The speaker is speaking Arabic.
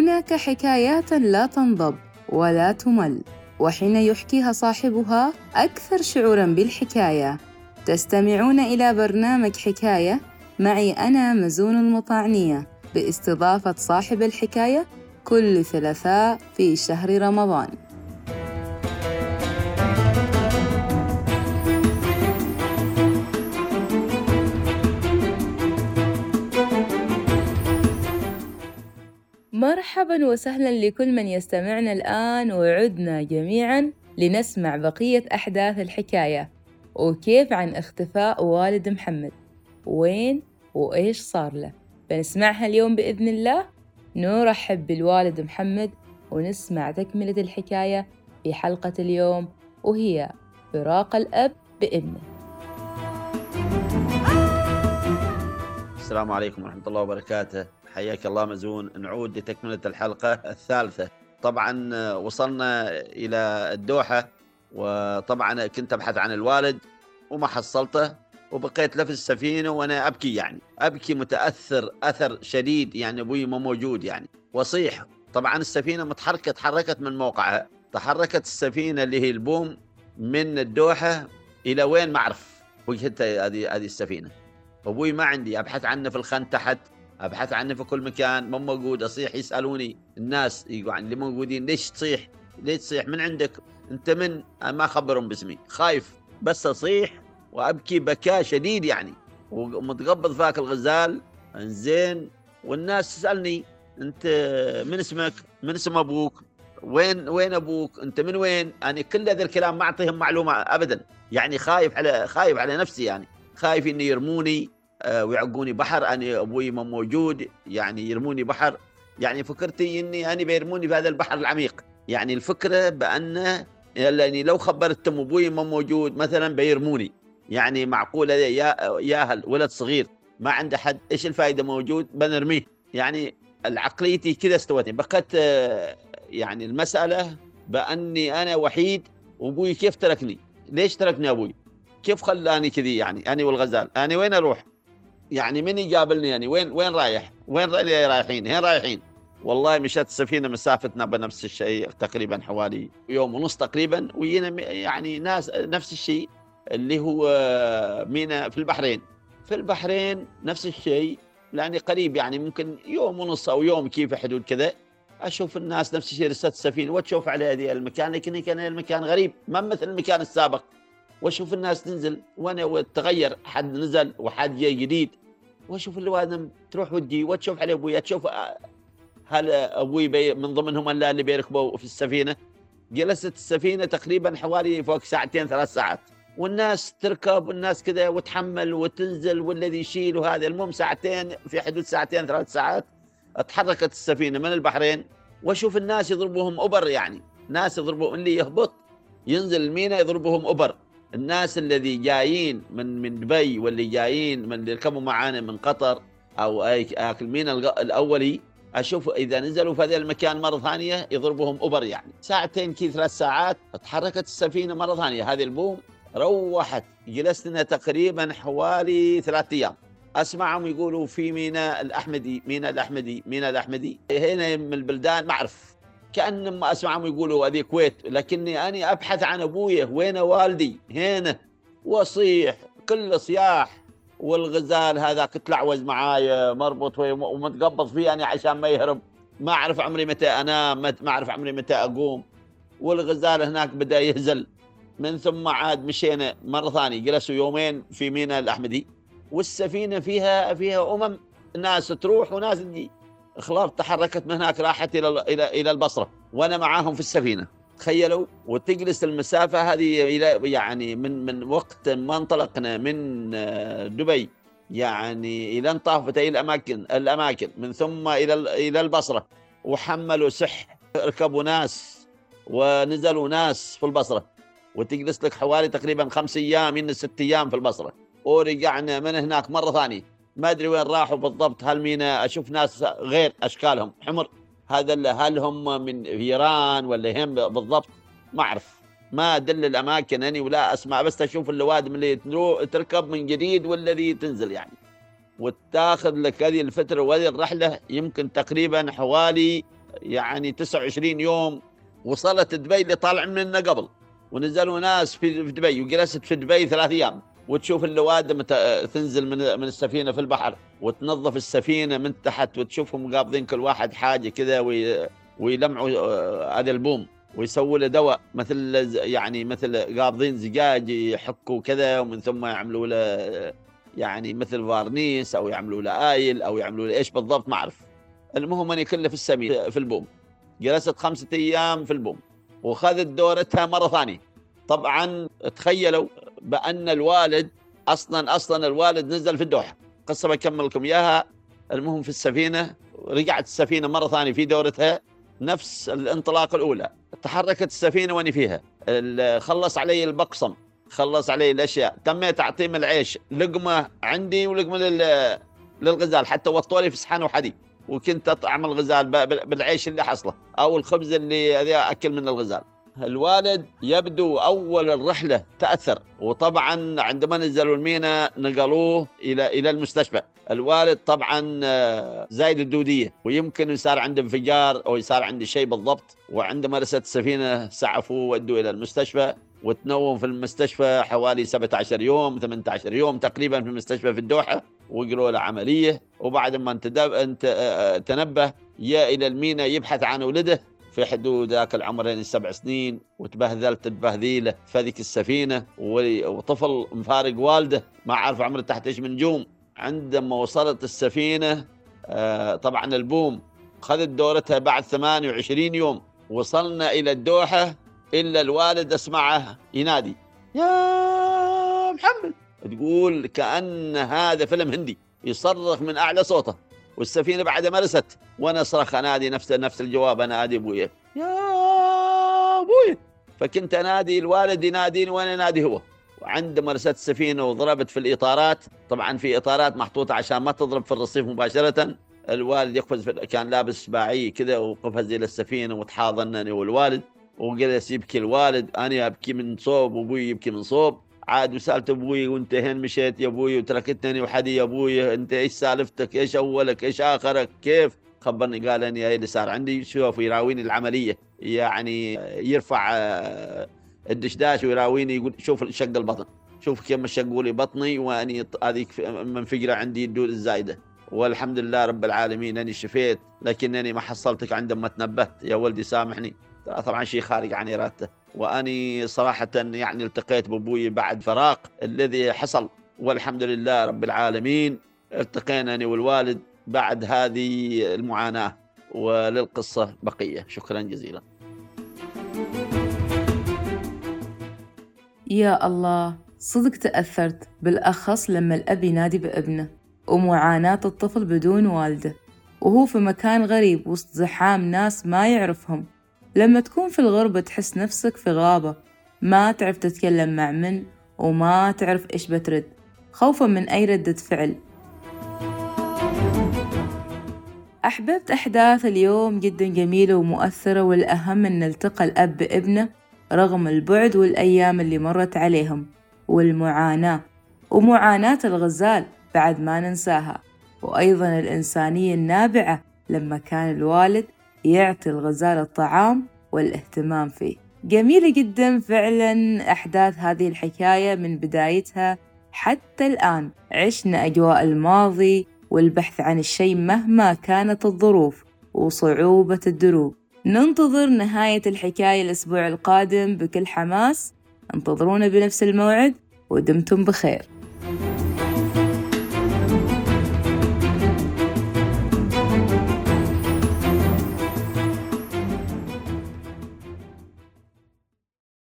هناك حكايات لا تنضب ولا تمل، وحين يحكيها صاحبها أكثر شعوراً بالحكاية. تستمعون إلى برنامج حكاية معي أنا مزون المطاعنية، باستضافة صاحب الحكاية كل ثلاثاء في شهر رمضان. مرحباً وسهلاً لكل من يستمعنا الآن، وعدنا جميعاً لنسمع بقية أحداث الحكاية، وكيف عن اختفاء والد محمد، وين وإيش صار له. بنسمعها اليوم بإذن الله. نرحب بالوالد محمد ونسمع تكملة الحكاية في حلقة اليوم، وهي فراق الأب بابنه. السلام عليكم ورحمة الله وبركاته. حياك الله مزون. نعود لتكملة الحلقة الثالثة. طبعا وصلنا إلى الدوحة، وطبعا كنت أبحث عن الوالد وما حصلته، وبقيت له في السفينة وأنا أبكي، يعني أبكي متأثر أثر شديد، يعني أبوي ما موجود يعني. وصيح طبعا السفينة تحركت من موقعها. تحركت السفينة اللي هي البوم من الدوحة إلى وين ما أعرف وجهتها هذه السفينة. أبوي ما عندي، أبحث عنه في الخان تحت، أبحث عنه في كل مكان، ما موجود. أصيح يسألوني الناس يعني اللي موجودين، ليش تصيح؟ ليش تصيح؟ من عندك؟ أنت من؟ أنا ما أخبرهم باسمي، خايف بس أصيح وأبكي بكاء شديد يعني، ومتقبض فاك الغزال. إنزين، والناس تسألني أنت من اسمك؟ من اسم أبوك؟ وين أبوك؟ أنت من وين؟ أنا كل هذا الكلام ما أعطيهم معلومة أبدا، يعني خايف على نفسي، يعني خايف إني يرموني ويعقوني بحر. أنا أبوي ما موجود، يعني يرموني بحر. يعني فكرتي إني أنا بيرموني في هذا البحر العميق، يعني الفكرة بأن يعني لو خبرتهم أبوي ما موجود مثلا بيرموني. يعني معقولة ياهل ولد صغير ما عنده حد، إيش الفائدة موجود بنرميه؟ يعني العقليتي كذا استوتني، بقت يعني المسألة بأني أنا وحيد، وأبوي كيف تركني؟ ليش تركني أبوي؟ كيف خلاني كذي؟ يعني أنا والغزال، أنا وين أروح؟ يعني من يقابلني؟ يعني وين رايح؟ وين رايحين؟ هين رايحين؟ والله مشت السفينة مسافتنا بنفس الشيء تقريبا حوالي يوم ونص تقريبا، وينا يعني ناس نفس الشيء اللي هو مينا في البحرين. في البحرين نفس الشيء، يعني قريب، يعني ممكن يوم ونص أو يوم كيف حدود كذا. أشوف الناس نفس الشيء، رست السفينة وتشوف على هذه المكان، لكن كان المكان غريب ما مثل المكان السابق. واشوف الناس تنزل وانا تغير، حد نزل وحد جاي جديد، واشوف اللوادم تروح ودي وتشوف على ابوي، تشوف هل ابوي من ضمنهم اللي بيركبوا في السفينه. جلست السفينه تقريبا حوالي فوق ساعتين 3 ساعات، والناس تركب والناس كذا وتحمل وتنزل والذي يشيل، وهذا المهم ساعتين، في حدود ساعتين 3 ساعات اتحركت السفينه من البحرين. واشوف الناس يضربوهم ابر، يعني ناس يضربوا اللي يهبط ينزل المينا يضربوهم ابر. الناس الذي جايين من دبي، واللي جايين من اللي ركبوا معانا من قطر او المينا الاولي، اشوف اذا نزلوا في هذا المكان مره ثانيه يضربوهم ابر. يعني ساعتين كي 3 ساعات تحركت السفينه مره ثانيه. هذه البوم روحت، جلسنا تقريبا حوالي 3 ايام. اسمعهم يقولوا في مينا الاحمدي، مينا الاحمدي هنا من البلدان، ما اعرف، كأن ما أسمعهم يقولوا هذه كويت، لكني أنا أبحث عن أبويا، وين والدي؟ هنا. وصيح كل صياح، والغزال هذاك تلعوز معايا مربوط ومتقبض فيه أنا عشان ما يهرب. ما أعرف عمري متى أنام، ما أعرف عمري متى أقوم. والغزال هناك بدأ يهزل. من ثم عاد مشينا مرة ثانية، جلسوا يومين في ميناء الأحمدي، والسفينة فيها ناس تروح وناس تجي. خلاص تحركت من هناك، راحت إلى البصرة وأنا معاهم في السفينة. تخيلوا، وتجلس المسافة هذه إلى يعني من وقت ما انطلقنا من دبي، يعني إلى انطافت إلى الأماكن من ثم إلى البصرة. وحملوا ركبوا ناس ونزلوا ناس في البصرة، وتجلس لك حوالي تقريبا 5 أيام من 6 أيام في البصرة. ورجعنا من هناك مرة ثانية، ما أدري وين راحوا بالضبط. هل مينا أشوف ناس غير أشكالهم حمر، هل هم من إيران ولا هم بالضبط ما أعرف. ما أدل الأماكن أني ولا أسمع، بس أشوف اللوادم اللي تركب من جديد والذي تنزل يعني. وتاخذ لك هذه الفترة وهذه الرحلة يمكن تقريبا حوالي يعني 29 يوم. وصلت دبي اللي طالع منها قبل، ونزلوا ناس في دبي، وجلست في دبي 3 أيام، وتشوف اللوادم تنزل من السفينة في البحر، وتنظف السفينة من تحت، وتشوفهم قابضين كل واحد حاجة كذا، ويلمعوا هذا البوم، ويسووا له دواء مثل قابضين زجاج يحكوا كذا، ومن ثم يعملوا له يعني مثل فارنيس، او يعملوا له آيل، او يعملوا له ايش بالضبط ما اعرف. المهم اني كله في السمين في البوم. جلست 5 أيام في البوم، وخذت دورتها مرة ثانية. طبعا تخيلوا بأن الوالد أصلا الوالد نزل في الدوحة. قصة بكمل لكم إياها. المهم في السفينة، رجعت السفينة مرة ثانية في دورتها، نفس الانطلاقة الأولى. تحركت السفينة وأني فيها. خلص علي البقسم، خلص علي الأشياء، تميت أعطيهم العيش، لقمة عندي ولقمة للغزال، حتى وطولي في صحن وحدي، وكنت أطعم الغزال بالعيش اللي حصله، أو الخبز اللي أكل من الغزال. الوالد يبدو أول الرحلة تأثر، وطبعا عندما نزلوا الميناء نقلوه إلى المستشفى. الوالد طبعا زايد الدودية، ويمكن يصير عنده انفجار أو يصير عنده شيء بالضبط. وعندما رست السفينة سعفوا ودوا إلى المستشفى، وتنوم في المستشفى حوالي 17 يوم 18 يوم تقريبا في المستشفى في الدوحة، وقالوا له عملية. وبعد ما تنبه يا إلى الميناء يبحث عن ولده في حدود ذاك العمر، يعني 7 سنين، وتبهذلت التبهذيلة في هذيك السفينة، وطفل مفارق والده ما عارف عمره تحت ايش من نجوم. عندما وصلت السفينة طبعا البوم خذت دورتها بعد 28 يوم. وصلنا إلى الدوحة، إلا الوالد أسمعه ينادي يا محمد، تقول كأن هذا فيلم هندي، يصرخ من أعلى صوته. والسفينة بعد ما رست، وأنا أصرخ أنادي نفس الجواب، أنادي أبويا يا أبويا. فكنت أنادي الوالد يناديني وأنا أنادي هو. وعندما رست السفينة وضربت في الإطارات، طبعا في إطارات محطوطة عشان ما تضرب في الرصيف مباشرة، الوالد يقفز كان لابس باعي كذا، وقفز إلى السفينة وتحاضنني والوالد، وجلس يبكي الوالد، أنا أبكي من صوب وأبوي يبكي من صوب. عاد وسألت أبوي وأنت هين مشيت يا أبوي وتركتني وحدي يا أبوي، أنت إيش سالفتك، إيش أولك إيش آخرك كيف؟ خبرني قال أني هاي اللي صار عندي. شوف يراويني العملية، يعني يرفع الدشداش ويراويني يقول شوف شق البطن، شوف كيف شقوا لي بطني، وأني هذيك منفجرة عندي الدود الزايدة. والحمد لله رب العالمين أني شفيت، لكنني ما حصلتك عندما تنبهت يا ولدي سامحني. طبعا شيء خارج عن إرادته. وأني صراحة يعني التقيت بأبوي بعد فراق الذي حصل، والحمد لله رب العالمين التقينا أنا والوالد بعد هذه المعاناة. وللقصة بقية. شكرا جزيلا. يا الله، صدق تأثرت، بالأخص لما الأب ينادي بابنه، ومعاناة الطفل بدون والده، وهو في مكان غريب وسط زحام ناس ما يعرفهم. لما تكون في الغربة تحس نفسك في غابة، ما تعرف تتكلم مع من، وما تعرف إيش بترد، خوفاً من أي ردة فعل. أحببت أحداث اليوم جداً جميلة ومؤثرة، والأهم أن التقى الأب بابنه رغم البعد والأيام اللي مرت عليهم، والمعاناة ومعاناة الغزال بعد ما ننساها، وأيضاً الإنسانية النابعة لما كان الوالد يعطي الغزال الطعام والاهتمام فيه. جميلة جداً فعلاً أحداث هذه الحكاية من بدايتها حتى الآن. عشنا أجواء الماضي والبحث عن الشيء مهما كانت الظروف وصعوبة الدروب. ننتظر نهاية الحكاية الأسبوع القادم بكل حماس. انتظرونا بنفس الموعد، ودمتم بخير.